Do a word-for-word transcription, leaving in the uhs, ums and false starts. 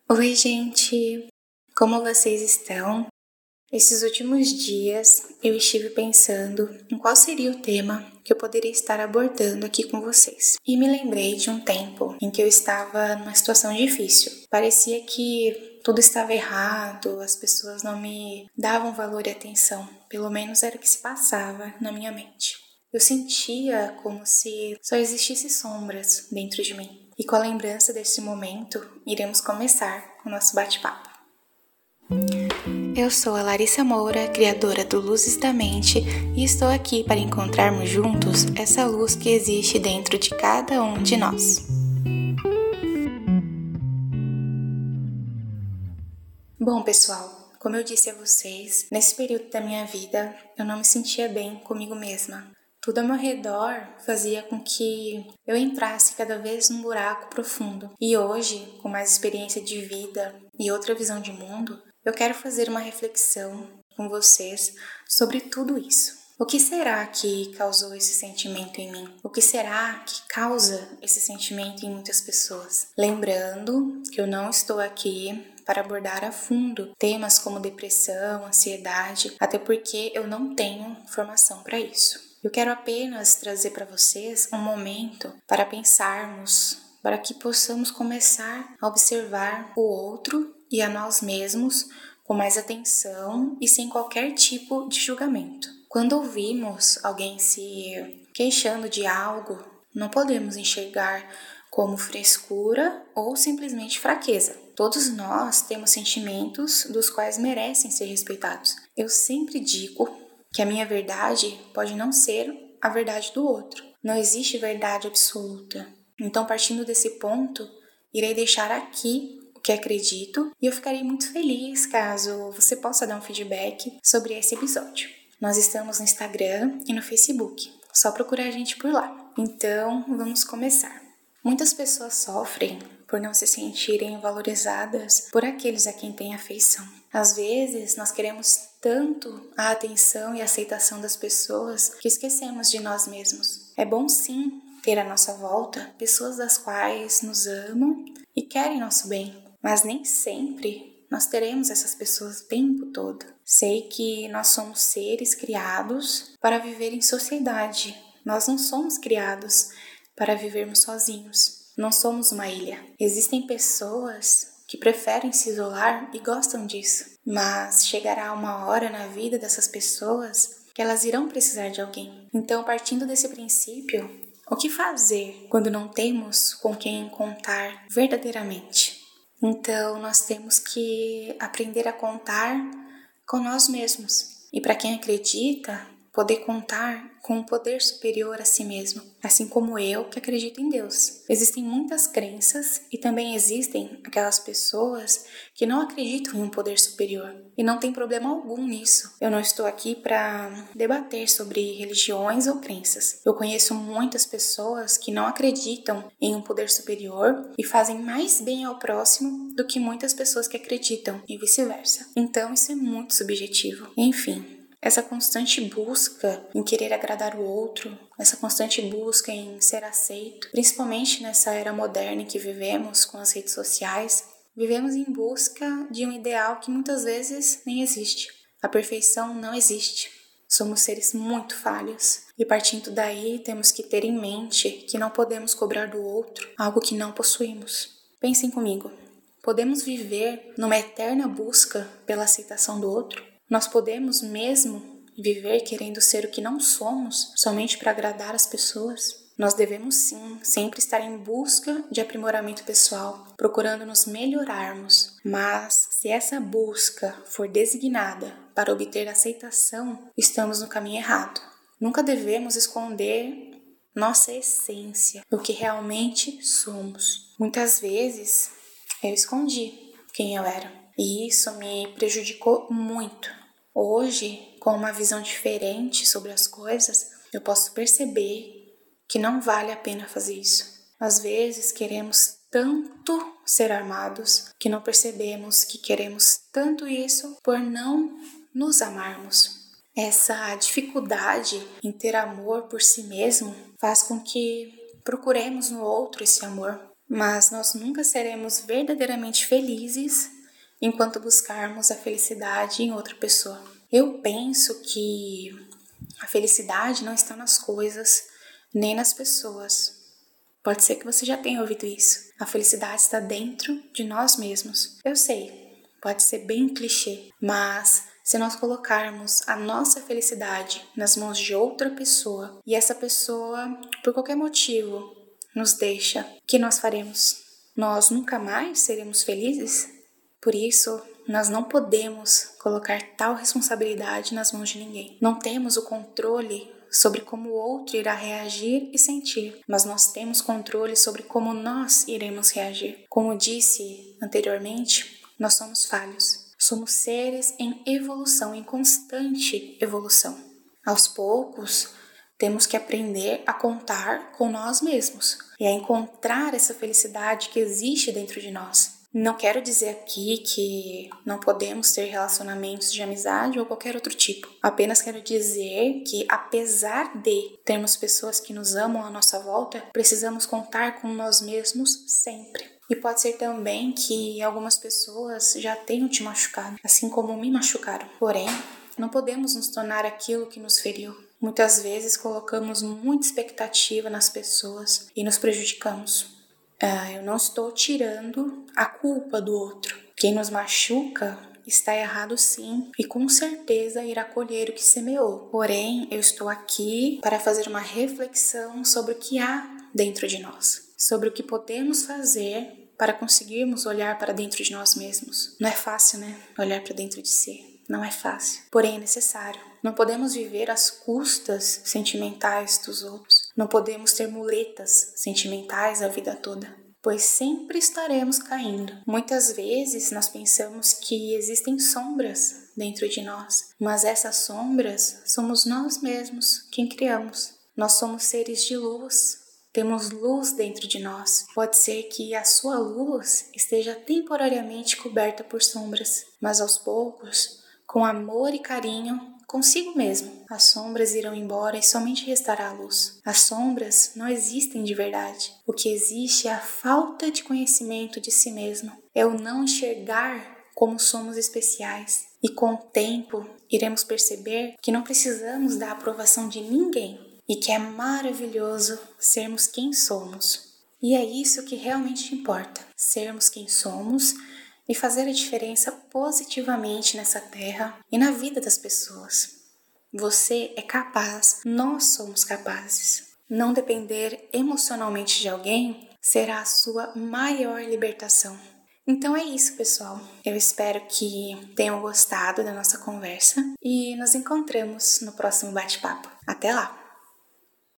Oi, gente! Como vocês estão? Esses últimos dias eu estive pensando em qual seria o tema que eu poderia estar abordando aqui com vocês. E me lembrei de um tempo em que eu estava numa situação difícil. Parecia que tudo estava errado, as pessoas não me davam valor e atenção. Pelo menos era o que se passava na minha mente. Eu sentia como se só existisse sombras dentro de mim. E com a lembrança desse momento, iremos começar o nosso bate-papo. Eu sou a Larissa Moura, criadora do Luzes da Mente, e estou aqui para encontrarmos juntos essa luz que existe dentro de cada um de nós. Bom, pessoal, como eu disse a vocês, nesse período da minha vida, eu não me sentia bem comigo mesma. Tudo ao meu redor fazia com que eu entrasse cada vez num buraco profundo. E hoje, com mais experiência de vida e outra visão de mundo, eu quero fazer uma reflexão com vocês sobre tudo isso. O que será que causou esse sentimento em mim? O que será que causa esse sentimento em muitas pessoas? Lembrando que eu não estou aqui para abordar a fundo temas como depressão, ansiedade, até porque eu não tenho formação para isso. Eu quero apenas trazer para vocês um momento para pensarmos, para que possamos começar a observar o outro e a nós mesmos com mais atenção e sem qualquer tipo de julgamento. Quando ouvimos alguém se queixando de algo, não podemos enxergar como frescura ou simplesmente fraqueza. Todos nós temos sentimentos dos quais merecem ser respeitados. Eu sempre digo que a minha verdade pode não ser a verdade do outro. Não existe verdade absoluta. Então, partindo desse ponto, irei deixar aqui o que acredito e eu ficarei muito feliz caso você possa dar um feedback sobre esse episódio. Nós estamos no Instagram e no Facebook. Só procurar a gente por lá. Então, vamos começar. Muitas pessoas sofrem por não se sentirem valorizadas por aqueles a quem têm afeição. Às vezes, nós queremos tanto a atenção e a aceitação das pessoas que esquecemos de nós mesmos. É bom sim ter à nossa volta pessoas das quais nos amam e querem nosso bem, mas nem sempre nós teremos essas pessoas o tempo todo. Sei que nós somos seres criados para viver em sociedade. Nós não somos criados para vivermos sozinhos. Não somos uma ilha. Existem pessoas que preferem se isolar e gostam disso. Mas chegará uma hora na vida dessas pessoas que elas irão precisar de alguém. Então, partindo desse princípio, o que fazer quando não temos com quem contar verdadeiramente? Então, nós temos que aprender a contar com nós mesmos. E para quem acredita, poder contar com um poder superior a si mesmo, assim como eu que acredito em Deus. Existem muitas crenças e também existem aquelas pessoas que não acreditam em um poder superior. E não tem problema algum nisso. Eu não estou aqui para debater sobre religiões ou crenças. Eu conheço muitas pessoas que não acreditam em um poder superior e fazem mais bem ao próximo do que muitas pessoas que acreditam e vice-versa. Então isso é muito subjetivo. Enfim, essa constante busca em querer agradar o outro, essa constante busca em ser aceito, principalmente nessa era moderna em que vivemos com as redes sociais, vivemos em busca de um ideal que muitas vezes nem existe. A perfeição não existe. Somos seres muito falhos e partindo daí temos que ter em mente que não podemos cobrar do outro algo que não possuímos. Pensem comigo, podemos viver numa eterna busca pela aceitação do outro? Nós podemos mesmo viver querendo ser o que não somos somente para agradar as pessoas? Nós devemos sim sempre estar em busca de aprimoramento pessoal, procurando nos melhorarmos. Mas se essa busca for designada para obter aceitação, estamos no caminho errado. Nunca devemos esconder nossa essência, o que realmente somos. Muitas vezes eu escondi quem eu era. E isso me prejudicou muito. Hoje, com uma visão diferente sobre as coisas, eu posso perceber que não vale a pena fazer isso. Às vezes queremos tanto ser amados que não percebemos que queremos tanto isso por não nos amarmos. Essa dificuldade em ter amor por si mesmo faz com que procuremos no outro esse amor. mas nós nunca seremos verdadeiramente felizes enquanto buscarmos a felicidade em outra pessoa. Eu penso que a felicidade não está nas coisas nem nas pessoas. Pode ser que você já tenha ouvido isso. A felicidade está dentro de nós mesmos. Eu sei, pode ser bem clichê, mas se nós colocarmos a nossa felicidade nas mãos de outra pessoa e essa pessoa, por qualquer motivo, nos deixa, o que nós faremos? Nós nunca mais seremos felizes? Por isso, nós não podemos colocar tal responsabilidade nas mãos de ninguém. Não temos o controle sobre como o outro irá reagir e sentir, mas nós temos controle sobre como nós iremos reagir. Como disse anteriormente, nós somos falhos. Somos seres em evolução, em constante evolução. Aos poucos, temos que aprender a contar com nós mesmos e a encontrar essa felicidade que existe dentro de nós. Não quero dizer aqui que não podemos ter relacionamentos de amizade ou qualquer outro tipo. Apenas quero dizer que, apesar de termos pessoas que nos amam à nossa volta, precisamos contar com nós mesmos sempre. E pode ser também que algumas pessoas já tenham te machucado, assim como me machucaram. Porém, não podemos nos tornar aquilo que nos feriu. Muitas vezes colocamos muita expectativa nas pessoas e nos prejudicamos. Ah, eu não estou tirando a culpa do outro. Quem nos machuca está errado sim e com certeza irá colher o que semeou. Porém, eu estou aqui para fazer uma reflexão sobre o que há dentro de nós, sobre o que podemos fazer para conseguirmos olhar para dentro de nós mesmos. Não é fácil, né? Olhar para dentro de si. Não é fácil, porém é necessário. Não podemos viver às custas sentimentais dos outros. Não podemos ter muletas sentimentais a vida toda, pois sempre estaremos caindo. Muitas vezes nós pensamos que existem sombras dentro de nós, mas essas sombras somos nós mesmos quem criamos. Nós somos seres de luz, temos luz dentro de nós. Pode ser que a sua luz esteja temporariamente coberta por sombras, mas aos poucos, com amor e carinho, consigo mesmo, as sombras irão embora e somente restará a luz. As sombras não existem de verdade. O que existe é a falta de conhecimento de si mesmo. É o não enxergar como somos especiais. E com o tempo, iremos perceber que não precisamos da aprovação de ninguém e que é maravilhoso sermos quem somos. E é isso que realmente importa, sermos quem somos e fazer a diferença positivamente nessa terra e na vida das pessoas. Você é capaz, nós somos capazes. Não depender emocionalmente de alguém será a sua maior libertação. Então é isso, pessoal. Eu espero que tenham gostado da nossa conversa e nos encontramos no próximo bate-papo. Até lá!